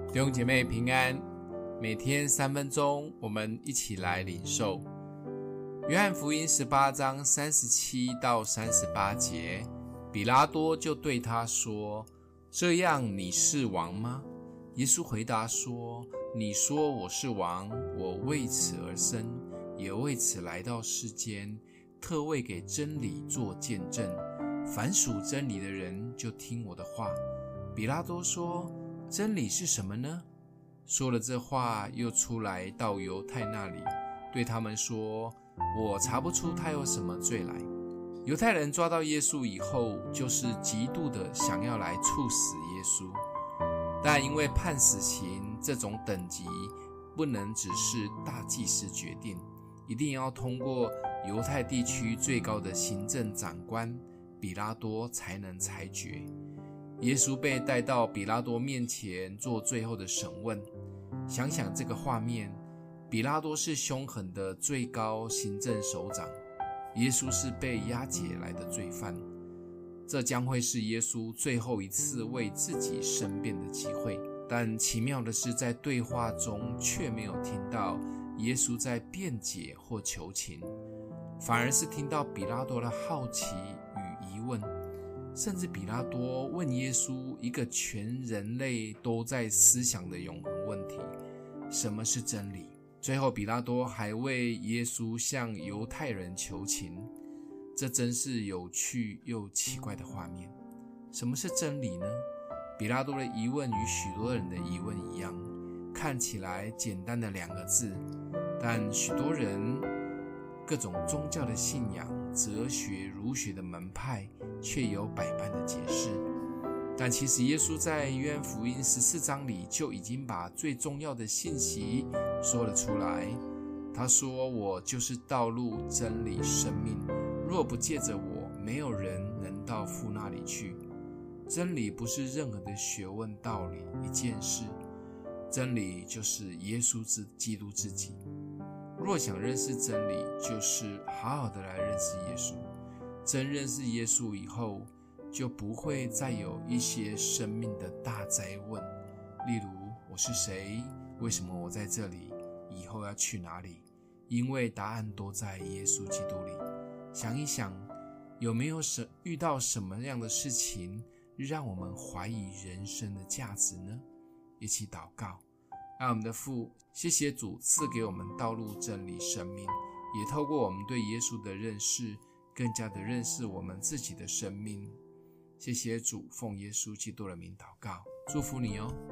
弟兄姐妹平安，每天3分钟，我们一起来领受约翰福音18章37到38节。比拉多就对他说：这样你是王吗？耶稣回答说：你说我是王，我为此而生，也为此来到世间，特为给真理做见证。凡属真理的人就听我的话。比拉多说：真理是什么呢？说了这话，又出来到犹太那里，对他们说：我查不出他有什么罪来。犹太人抓到耶稣以后，就是极度的想要来处死耶稣，但因为判死刑这种等级不能只是大祭司决定，一定要通过犹太地区最高的行政长官比拉多才能裁决。耶稣被带到比拉多面前做最后的审问。想想这个画面，比拉多是凶狠的最高行政首长，耶稣是被押解来的罪犯。这将会是耶稣最后一次为自己申辩的机会。但奇妙的是，在对话中却没有听到耶稣在辩解或求情，反而是听到比拉多的好奇与疑问。甚至比拉多问耶稣一个全人类都在思想的永恒问题：什么是真理？最后比拉多还为耶稣向犹太人求情，这真是有趣又奇怪的画面。什么是真理呢？比拉多的疑问与许多人的疑问一样，看起来简单的2个字，但许多人各种宗教的信仰、哲学、儒学的门派却有百般的解释。但其实耶稣在约翰福音14章里就已经把最重要的信息说了出来。他说：我就是道路、真理、生命，若不借着我，没有人能到父那里去。真理不是任何的学问道理一件事，真理就是耶稣基督自己。若想认识真理，就是好好的来认识耶稣。真认识耶稣以后，就不会再有一些生命的大灾问，例如我是谁？为什么我在这里？以后要去哪里？因为答案都在耶稣基督里。想一想，有没有遇到什么样的事情让我们怀疑人生的价值呢？一起祷告。爱我们的父，谢谢主赐给我们道路、真理、生命，也透过我们对耶稣的认识，更加的认识我们自己的生命。谢谢主，奉耶稣基督的名祷告，祝福你哦。